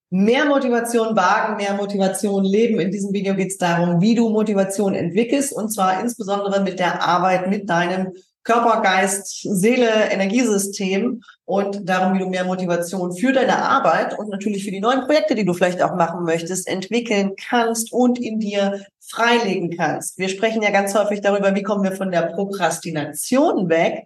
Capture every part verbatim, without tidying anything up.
Mehr Motivation wagen, mehr Motivation leben. In diesem Video geht es darum, wie du Motivation entwickelst, und zwar insbesondere mit der Arbeit mit deinem Körper, Geist, Seele, Energiesystem und darum, wie du mehr Motivation für deine Arbeit und natürlich für die neuen Projekte, die du vielleicht auch machen möchtest, entwickeln kannst und in dir freilegen kannst. Wir sprechen ja ganz häufig darüber, wie kommen wir von der Prokrastination weg.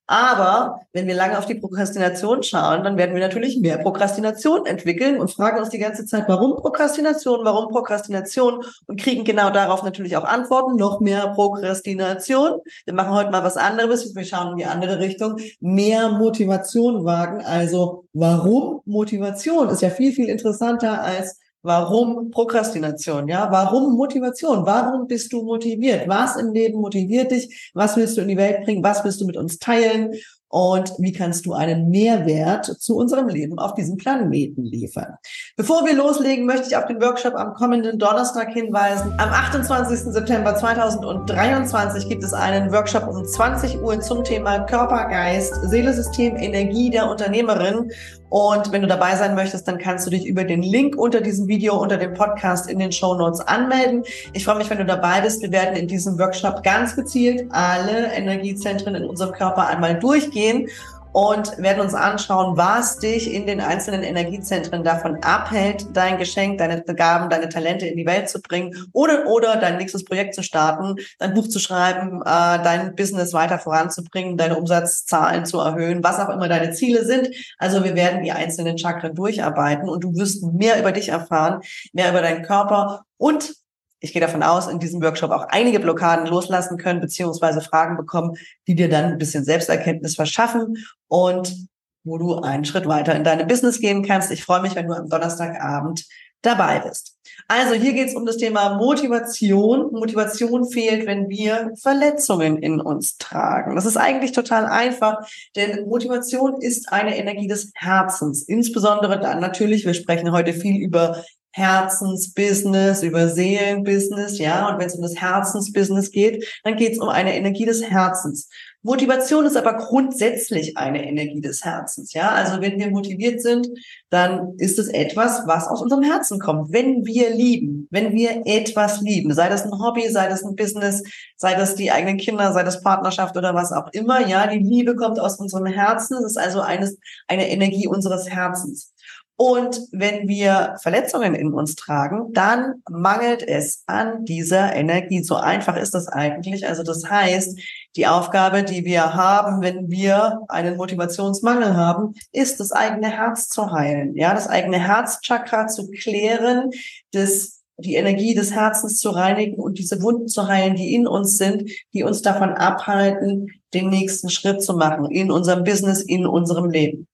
Aber wenn wir lange auf die Prokrastination schauen, dann werden wir natürlich mehr Prokrastination entwickeln und fragen uns die ganze Zeit, warum Prokrastination, warum Prokrastination, und kriegen genau darauf natürlich auch Antworten, noch mehr Prokrastination. Wir machen heute mal was anderes, wir schauen in die andere Richtung, mehr Motivation wagen. Also warum Motivation ist ja viel, viel interessanter als warum Prokrastination, ja? Warum Motivation? Warum bist du motiviert? Was im Leben motiviert dich? Was willst du in die Welt bringen? Was willst du mit uns teilen? Und wie kannst du einen Mehrwert zu unserem Leben auf diesem Planeten liefern? Bevor wir loslegen, möchte ich auf den Workshop am kommenden Donnerstag hinweisen. Am achtundzwanzigsten September zweitausenddreiundzwanzig gibt es einen Workshop um zwanzig Uhr zum Thema Körper, Geist, Seele, System, Energie der Unternehmerin. Und wenn du dabei sein möchtest, dann kannst du dich über den Link unter diesem Video, unter dem Podcast in den Shownotes anmelden. Ich freue mich, wenn du dabei bist. Wir werden in diesem Workshop ganz gezielt alle Energiezentren in unserem Körper einmal durchgehen und werden uns anschauen, was dich in den einzelnen Energiezentren davon abhält, dein Geschenk, deine Gaben, deine Talente in die Welt zu bringen oder oder dein nächstes Projekt zu starten, dein Buch zu schreiben, äh, dein Business weiter voranzubringen, deine Umsatzzahlen zu erhöhen, was auch immer deine Ziele sind. Also wir werden die einzelnen Chakren durcharbeiten und du wirst mehr über dich erfahren, mehr über deinen Körper, und ich gehe davon aus, in diesem Workshop auch einige Blockaden loslassen können, beziehungsweise Fragen bekommen, die dir dann ein bisschen Selbsterkenntnis verschaffen und wo du einen Schritt weiter in deinem Business gehen kannst. Ich freue mich, wenn du am Donnerstagabend dabei bist. Also hier geht es um das Thema Motivation. Motivation fehlt, wenn wir Verletzungen in uns tragen. Das ist eigentlich total einfach, denn Motivation ist eine Energie des Herzens. Insbesondere dann natürlich, wir sprechen heute viel über Herzensbusiness, über Seelenbusiness, ja, und wenn es um das Herzensbusiness geht, dann geht es um eine Energie des Herzens. Motivation ist aber grundsätzlich eine Energie des Herzens, ja, also wenn wir motiviert sind, dann ist es etwas, was aus unserem Herzen kommt. Wenn wir lieben, wenn wir etwas lieben, sei das ein Hobby, sei das ein Business, sei das die eigenen Kinder, sei das Partnerschaft oder was auch immer, ja, die Liebe kommt aus unserem Herzen, das ist also eines, eine Energie unseres Herzens. Und wenn wir Verletzungen in uns tragen, dann mangelt es an dieser Energie. So einfach ist das eigentlich. Also das heißt, die Aufgabe, die wir haben, wenn wir einen Motivationsmangel haben, ist, das eigene Herz zu heilen. Ja, das eigene Herzchakra zu klären, das die Energie des Herzens zu reinigen und diese Wunden zu heilen, die in uns sind, die uns davon abhalten, den nächsten Schritt zu machen in unserem Business, in unserem Leben.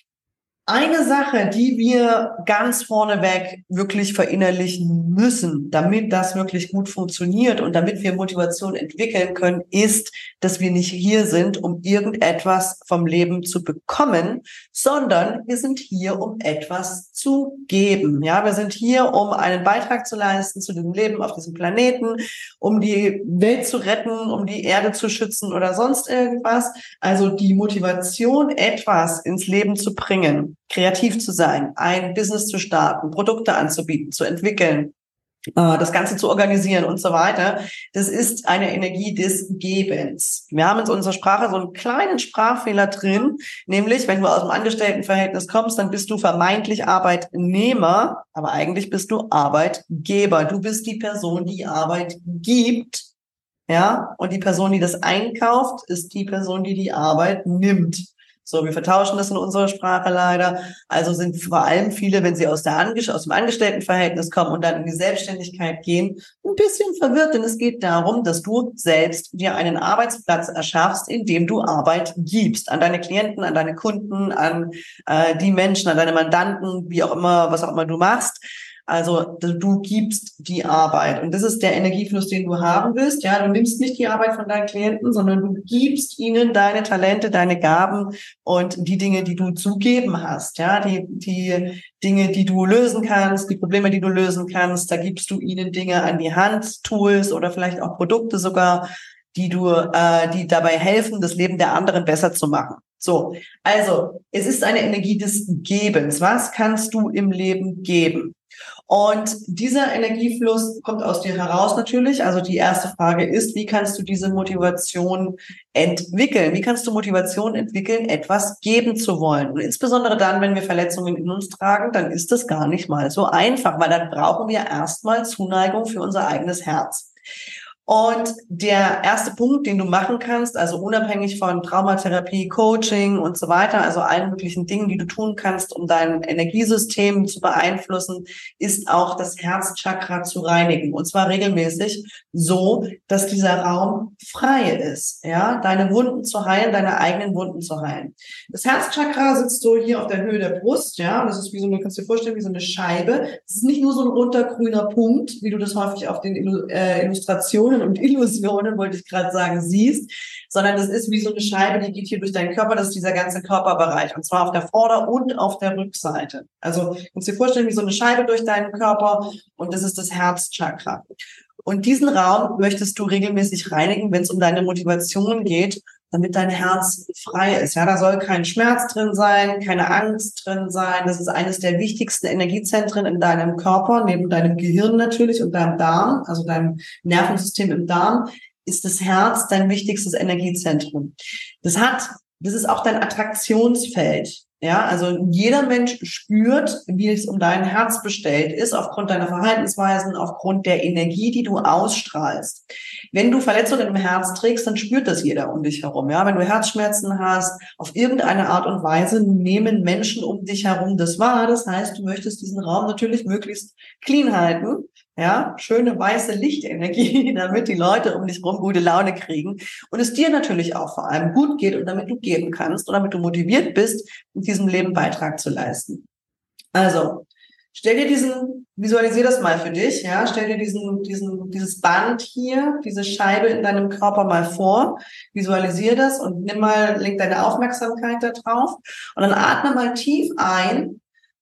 Eine Sache, die wir ganz vorneweg wirklich verinnerlichen müssen, damit das wirklich gut funktioniert und damit wir Motivation entwickeln können, ist, dass wir nicht hier sind, um irgendetwas vom Leben zu bekommen, sondern wir sind hier, um etwas zu geben. Ja, wir sind hier, um einen Beitrag zu leisten zu dem Leben auf diesem Planeten, um die Welt zu retten, um die Erde zu schützen oder sonst irgendwas. Also die Motivation, etwas ins Leben zu bringen, kreativ zu sein, ein Business zu starten, Produkte anzubieten, zu entwickeln, das Ganze zu organisieren und so weiter. Das ist eine Energie des Gebens. Wir haben in unserer Sprache so einen kleinen Sprachfehler drin, nämlich wenn du aus dem Angestelltenverhältnis kommst, dann bist du vermeintlich Arbeitnehmer, aber eigentlich bist du Arbeitgeber. Du bist die Person, die Arbeit gibt, ja, und die Person, die das einkauft, ist die Person, die die Arbeit nimmt. So, wir vertauschen das in unserer Sprache leider. Also sind vor allem viele, wenn sie aus, der Ange- aus dem Angestelltenverhältnis kommen und dann in die Selbstständigkeit gehen, ein bisschen verwirrt, denn es geht darum, dass du selbst dir einen Arbeitsplatz erschaffst, in dem du Arbeit gibst. An deine Klienten, an deine Kunden, an äh, die Menschen, an deine Mandanten, wie auch immer, was auch immer du machst. Also du gibst die Arbeit, und das ist der Energiefluss, den du haben willst. Ja, du nimmst nicht die Arbeit von deinen Klienten, sondern du gibst ihnen deine Talente, deine Gaben und die Dinge, die du zu geben hast. Ja, die die Dinge, die du lösen kannst, die Probleme, die du lösen kannst, da gibst du ihnen Dinge an die Hand, Tools oder vielleicht auch Produkte sogar, die du, äh, die dabei helfen, das Leben der anderen besser zu machen. So, also es ist eine Energie des Gebens. Was kannst du im Leben geben? Und dieser Energiefluss kommt aus dir heraus natürlich. Also die erste Frage ist, wie kannst du diese Motivation entwickeln? Wie kannst du Motivation entwickeln, etwas geben zu wollen? Und insbesondere dann, wenn wir Verletzungen in uns tragen, dann ist das gar nicht mal so einfach, weil dann brauchen wir erstmal Zuneigung für unser eigenes Herz. Und der erste Punkt, den du machen kannst, also unabhängig von Traumatherapie, Coaching und so weiter, also allen möglichen Dingen, die du tun kannst, um dein Energiesystem zu beeinflussen, ist auch das Herzchakra zu reinigen. Und zwar regelmäßig so, dass dieser Raum frei ist, ja, deine Wunden zu heilen, deine eigenen Wunden zu heilen. Das Herzchakra sitzt so hier auf der Höhe der Brust, ja, das ist wie so, du kannst dir vorstellen, wie so eine Scheibe. Es ist nicht nur so ein runter grüner Punkt, wie du das häufig auf den Illustrationen und Illusionen, wollte ich gerade sagen, siehst, sondern das ist wie so eine Scheibe, die geht hier durch deinen Körper, das ist dieser ganze Körperbereich, und zwar auf der Vorder- und auf der Rückseite. Also du kannst dir vorstellen, wie so eine Scheibe durch deinen Körper, und das ist das Herzchakra. Und diesen Raum möchtest du regelmäßig reinigen, wenn es um deine Motivation geht, damit dein Herz frei ist. Ja, da soll kein Schmerz drin sein, keine Angst drin sein. Das ist eines der wichtigsten Energiezentren in deinem Körper, neben deinem Gehirn natürlich und deinem Darm, also deinem Nervensystem im Darm, ist das Herz dein wichtigstes Energiezentrum. Das hat, das ist auch dein Attraktionsfeld. Ja, also jeder Mensch spürt, wie es um dein Herz bestellt ist, aufgrund deiner Verhaltensweisen, aufgrund der Energie, die du ausstrahlst. Wenn du Verletzungen im Herz trägst, dann spürt das jeder um dich herum. Ja, wenn du Herzschmerzen hast, auf irgendeine Art und Weise nehmen Menschen um dich herum das wahr. Das heißt, du möchtest diesen Raum natürlich möglichst clean halten. Ja, schöne weiße Lichtenergie, damit die Leute um dich rum gute Laune kriegen und es dir natürlich auch vor allem gut geht und damit du geben kannst und damit du motiviert bist, in diesem Leben Beitrag zu leisten. Also, stell dir diesen, visualisier das mal für dich, ja, stell dir diesen, diesen, dieses Band hier, diese Scheibe in deinem Körper mal vor, visualisier das und nimm mal, leg deine Aufmerksamkeit da drauf und dann atme mal tief ein.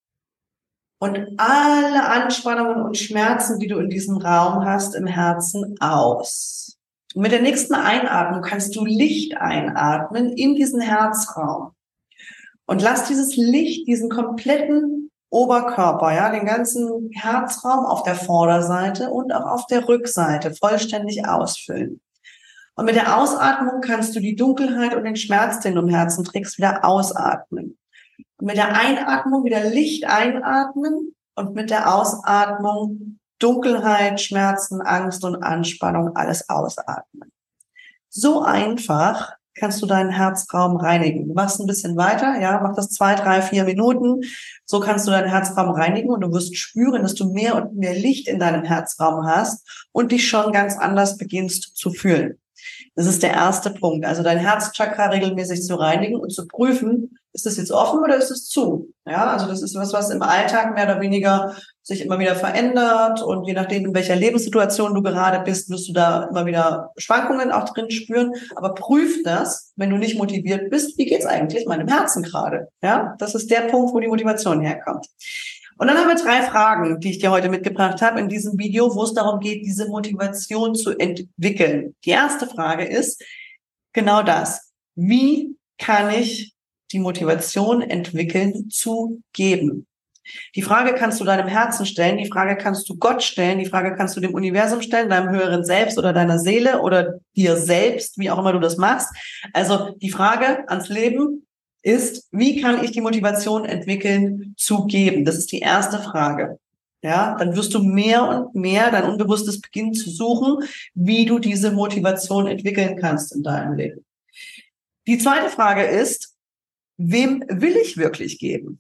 Und alle Anspannungen und Schmerzen, die du in diesem Raum hast, im Herzen aus. Und mit der nächsten Einatmung kannst du Licht einatmen in diesen Herzraum. Und lass dieses Licht, diesen kompletten Oberkörper, ja, den ganzen Herzraum auf der Vorderseite und auch auf der Rückseite vollständig ausfüllen. Und mit der Ausatmung kannst du die Dunkelheit und den Schmerz, den du im Herzen trägst, wieder ausatmen. Und mit der Einatmung wieder Licht einatmen und mit der Ausatmung Dunkelheit, Schmerzen, Angst und Anspannung alles ausatmen. So einfach kannst du deinen Herzraum reinigen. Du machst ein bisschen weiter, ja, mach das zwei, drei, vier Minuten. So kannst du deinen Herzraum reinigen und du wirst spüren, dass du mehr und mehr Licht in deinem Herzraum hast und dich schon ganz anders beginnst zu fühlen. Das ist der erste Punkt. Also dein Herzchakra regelmäßig zu reinigen und zu prüfen, ist das jetzt offen oder ist es zu? Ja, also das ist was, was im Alltag mehr oder weniger sich immer wieder verändert und je nachdem, in welcher Lebenssituation du gerade bist, wirst du da immer wieder Schwankungen auch drin spüren. Aber prüf das, wenn du nicht motiviert bist, wie geht's eigentlich meinem Herzen gerade? Ja, das ist der Punkt, wo die Motivation herkommt. Und dann haben wir drei Fragen, die ich dir heute mitgebracht habe in diesem Video, wo es darum geht, diese Motivation zu entwickeln. Die erste Frage ist genau das. Wie kann ich die Motivation entwickeln, zu geben? Die Frage kannst du deinem Herzen stellen, die Frage kannst du Gott stellen, die Frage kannst du dem Universum stellen, deinem höheren Selbst oder deiner Seele oder dir selbst, wie auch immer du das machst. Also die Frage ans Leben ist, wie kann ich die Motivation entwickeln, zu geben? Das ist die erste Frage. Ja, dann wirst du mehr und mehr dein Unbewusstes beginnen zu suchen, wie du diese Motivation entwickeln kannst in deinem Leben. Die zweite Frage ist, wem will ich wirklich geben?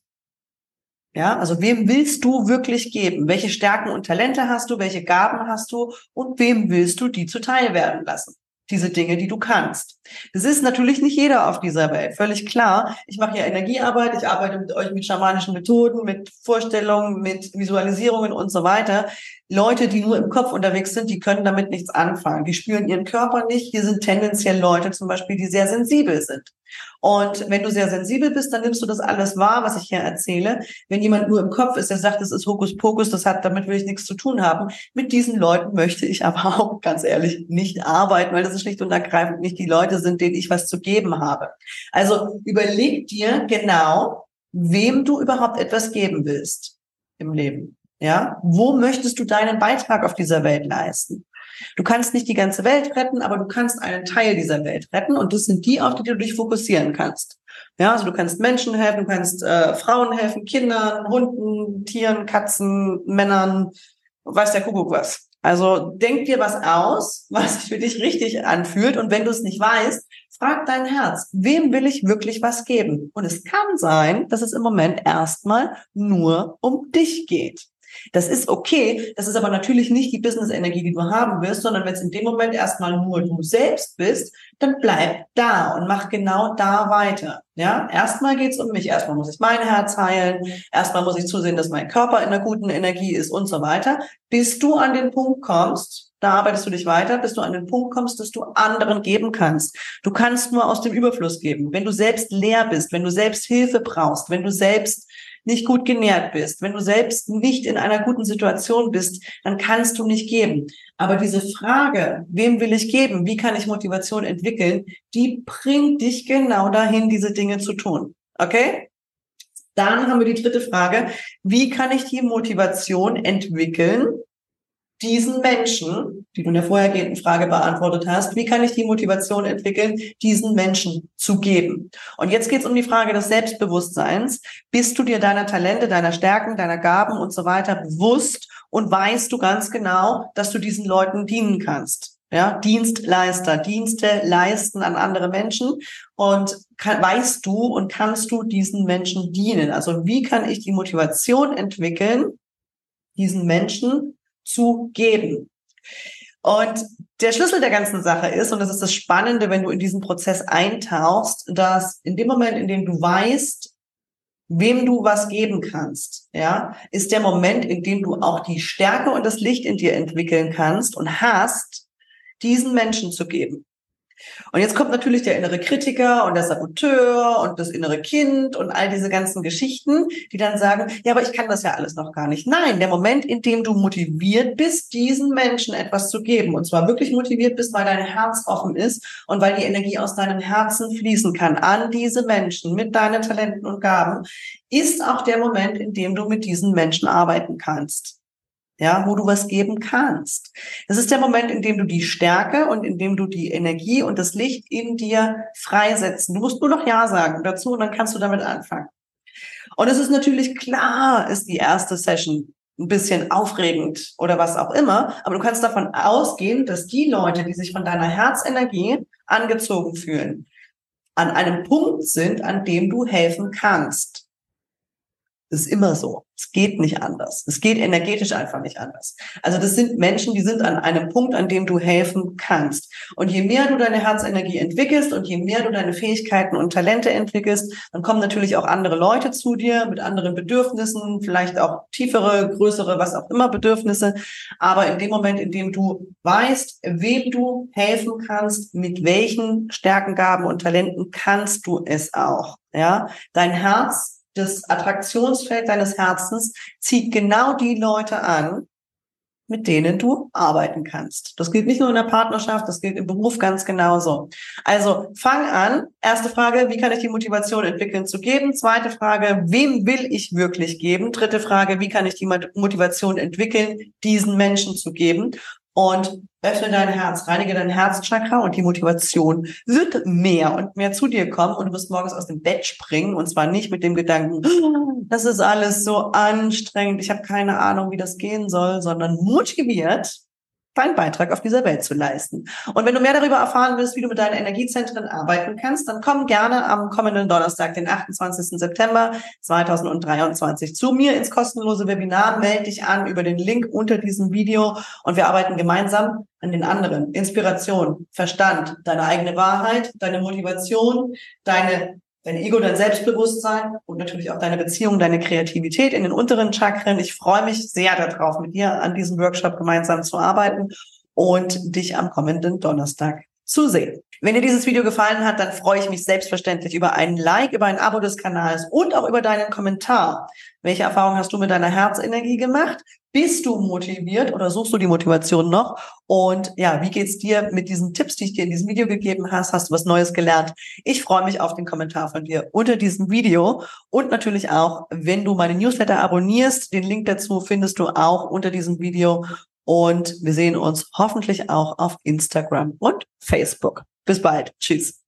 Ja, also wem willst du wirklich geben? Welche Stärken und Talente hast du? Welche Gaben hast du? Und wem willst du die zuteil werden lassen? Diese Dinge, die du kannst. Das ist natürlich nicht jeder auf dieser Welt, völlig klar. Ich mache hier Energiearbeit, ich arbeite mit euch mit schamanischen Methoden, mit Vorstellungen, mit Visualisierungen und so weiter. Leute, die nur im Kopf unterwegs sind, die können damit nichts anfangen. Die spüren ihren Körper nicht. Hier sind tendenziell Leute zum Beispiel, die sehr sensibel sind. Und wenn du sehr sensibel bist, dann nimmst du das alles wahr, was ich hier erzähle. Wenn jemand nur im Kopf ist, der sagt, das ist Hokuspokus, das hat, damit will ich nichts zu tun haben. Mit diesen Leuten möchte ich aber auch, ganz ehrlich, nicht arbeiten, weil das ist schlicht und ergreifend nicht die Leute sind, denen ich was zu geben habe. Also überleg dir genau, wem du überhaupt etwas geben willst im Leben. Ja, wo möchtest du deinen Beitrag auf dieser Welt leisten? Du kannst nicht die ganze Welt retten, aber du kannst einen Teil dieser Welt retten und das sind die, auf die du dich fokussieren kannst. Ja, also du kannst Menschen helfen, du kannst äh, Frauen helfen, Kindern, Hunden, Tieren, Katzen, Männern, weiß der Kuckuck was. Also denk dir was aus, was sich für dich richtig anfühlt und wenn du es nicht weißt, frag dein Herz, wem will ich wirklich was geben? Und es kann sein, dass es im Moment erstmal nur um dich geht. Das ist okay, das ist aber natürlich nicht die Business-Energie, die du haben wirst, sondern wenn es in dem Moment erstmal nur du selbst bist, dann bleib da und mach genau da weiter. Ja, erstmal geht's um mich, erstmal muss ich mein Herz heilen, erstmal muss ich zusehen, dass mein Körper in einer guten Energie ist und so weiter, bis du an den Punkt kommst, da arbeitest du dich weiter, bis du an den Punkt kommst, dass du anderen geben kannst. Du kannst nur aus dem Überfluss geben. Wenn du selbst leer bist, wenn du selbst Hilfe brauchst, wenn du selbst nicht gut genährt bist, wenn du selbst nicht in einer guten Situation bist, dann kannst du nicht geben. Aber diese Frage, wem will ich geben, wie kann ich Motivation entwickeln, die bringt dich genau dahin, diese Dinge zu tun. Okay? Dann haben wir die dritte Frage, wie kann ich die Motivation entwickeln, diesen Menschen, die du in der vorhergehenden Frage beantwortet hast, wie kann ich die Motivation entwickeln, diesen Menschen zu geben? Und jetzt geht es um die Frage des Selbstbewusstseins. Bist du dir deiner Talente, deiner Stärken, deiner Gaben und so weiter bewusst und weißt du ganz genau, dass du diesen Leuten dienen kannst? Ja, Dienstleister, Dienste leisten an andere Menschen und kann, weißt du und kannst du diesen Menschen dienen? Also wie kann ich die Motivation entwickeln, diesen Menschen zu geben? Und der Schlüssel der ganzen Sache ist, und das ist das Spannende, wenn du in diesen Prozess eintauchst, dass in dem Moment, in dem du weißt, wem du was geben kannst, ja, ist der Moment, in dem du auch die Stärke und das Licht in dir entwickeln kannst und hast, diesen Menschen zu geben. Und jetzt kommt natürlich der innere Kritiker und der Saboteur und das innere Kind und all diese ganzen Geschichten, die dann sagen, ja, aber ich kann das ja alles noch gar nicht. Nein, der Moment, in dem du motiviert bist, diesen Menschen etwas zu geben, und zwar wirklich motiviert bist, weil dein Herz offen ist und weil die Energie aus deinem Herzen fließen kann an diese Menschen mit deinen Talenten und Gaben, ist auch der Moment, in dem du mit diesen Menschen arbeiten kannst. Ja, wo du was geben kannst. Das ist der Moment, in dem du die Stärke und in dem du die Energie und das Licht in dir freisetzen. Du musst nur noch Ja sagen dazu und dann kannst du damit anfangen. Und es ist natürlich klar, ist die erste Session ein bisschen aufregend oder was auch immer, aber du kannst davon ausgehen, dass die Leute, die sich von deiner Herzenergie angezogen fühlen, an einem Punkt sind, an dem du helfen kannst. Das ist immer so. Es geht nicht anders. Es geht energetisch einfach nicht anders. Also das sind Menschen, die sind an einem Punkt, an dem du helfen kannst. Und je mehr du deine Herzenergie entwickelst und je mehr du deine Fähigkeiten und Talente entwickelst, dann kommen natürlich auch andere Leute zu dir mit anderen Bedürfnissen, vielleicht auch tiefere, größere, was auch immer Bedürfnisse. Aber in dem Moment, in dem du weißt, wem du helfen kannst, mit welchen Stärken, Gaben und Talenten, kannst du es auch. Ja, dein Herz, das Attraktionsfeld deines Herzens zieht genau die Leute an, mit denen du arbeiten kannst. Das gilt nicht nur in der Partnerschaft, das gilt im Beruf ganz genauso. Also fang an. Erste Frage, wie kann ich die Motivation entwickeln zu geben? Zweite Frage, wem will ich wirklich geben? Dritte Frage, wie kann ich die Motivation entwickeln, diesen Menschen zu geben? Und öffne dein Herz, reinige dein Herzchakra und die Motivation wird mehr und mehr zu dir kommen und du wirst morgens aus dem Bett springen und zwar nicht mit dem Gedanken, das ist alles so anstrengend, ich habe keine Ahnung, wie das gehen soll, sondern motiviert, deinen Beitrag auf dieser Welt zu leisten. Und wenn du mehr darüber erfahren willst, wie du mit deinen Energiezentren arbeiten kannst, dann komm gerne am kommenden Donnerstag, den achtundzwanzigsten September zweitausenddreiundzwanzig, zu mir ins kostenlose Webinar. Melde dich an über den Link unter diesem Video und wir arbeiten gemeinsam an den anderen. Inspiration, Verstand, deine eigene Wahrheit, deine Motivation, deine dein Ego, dein Selbstbewusstsein und natürlich auch deine Beziehung, deine Kreativität in den unteren Chakren. Ich freue mich sehr darauf, mit dir an diesem Workshop gemeinsam zu arbeiten und dich am kommenden Donnerstag zu sehen. Wenn dir dieses Video gefallen hat, dann freue ich mich selbstverständlich über einen Like, über ein Abo des Kanals und auch über deinen Kommentar. Welche Erfahrungen hast du mit deiner Herzenergie gemacht? Bist du motiviert oder suchst du die Motivation noch? Und ja, wie geht's dir mit diesen Tipps, die ich dir in diesem Video gegeben habe? Hast du was Neues gelernt? Ich freue mich auf den Kommentar von dir unter diesem Video und natürlich auch, wenn du meine Newsletter abonnierst. Den Link dazu findest du auch unter diesem Video. Und wir sehen uns hoffentlich auch auf Instagram und Facebook. Bis bald. Tschüss.